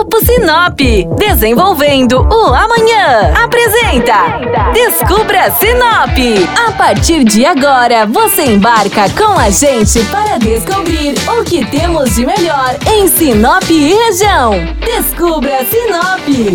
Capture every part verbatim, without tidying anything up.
Grupo Sinop, desenvolvendo o amanhã. Apresenta Descubra Sinop. A partir de agora, você embarca com a gente para descobrir o que temos de melhor em Sinop e região. Descubra Sinop.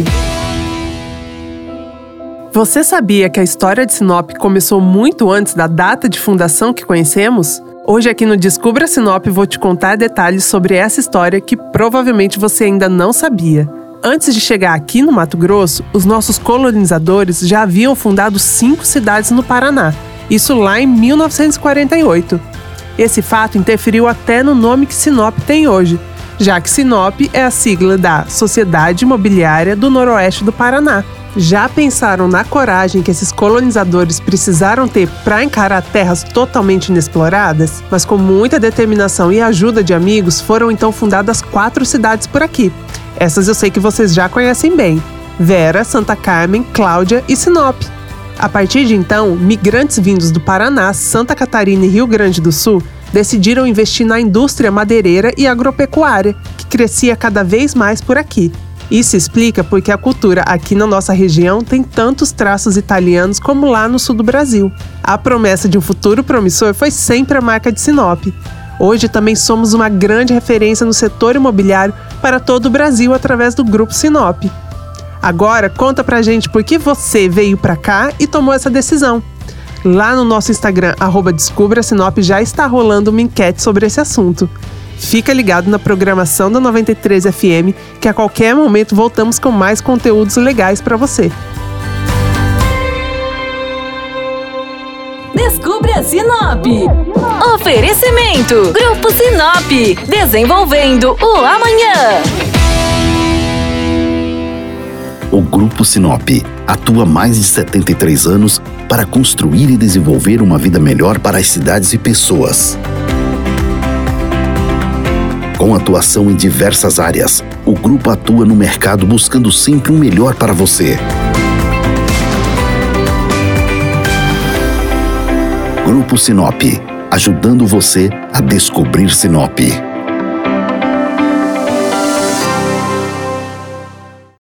Você sabia que a história de Sinop começou muito antes da data de fundação que conhecemos? Hoje aqui no Descubra Sinop vou te contar detalhes sobre essa história que provavelmente você ainda não sabia. Antes de chegar aqui no Mato Grosso, os nossos colonizadores já haviam fundado cinco cidades no Paraná, isso lá em mil novecentos e quarenta e oito. Esse fato interferiu até no nome que Sinop tem hoje, já que Sinop é a sigla da Sociedade Imobiliária do Noroeste do Paraná. Já pensaram na coragem que esses colonizadores precisaram ter para encarar terras totalmente inexploradas? Mas com muita determinação e ajuda de amigos, foram então fundadas quatro cidades por aqui. Essas eu sei que vocês já conhecem bem: Vera, Santa Carmen, Cláudia e Sinop. A partir de então, migrantes vindos do Paraná, Santa Catarina e Rio Grande do Sul decidiram investir na indústria madeireira e agropecuária, que crescia cada vez mais por aqui. Isso explica porque a cultura aqui na nossa região tem tantos traços italianos como lá no sul do Brasil. A promessa de um futuro promissor foi sempre a marca de Sinop. Hoje também somos uma grande referência no setor imobiliário para todo o Brasil através do Grupo Sinop. Agora conta pra gente por que você veio pra cá e tomou essa decisão. Lá no nosso Instagram, arroba Descubra Sinop, já está rolando uma enquete sobre esse assunto. Fica ligado na programação da noventa e três F M, que a qualquer momento voltamos com mais conteúdos legais para você. Descubra Sinop. Oferecimento Grupo Sinop, desenvolvendo o amanhã. O Grupo Sinop atua há mais de setenta e três anos para construir e desenvolver uma vida melhor para as cidades e pessoas. Com atuação em diversas áreas, o grupo atua no mercado buscando sempre o melhor para você. Grupo Sinop, ajudando você a descobrir Sinop.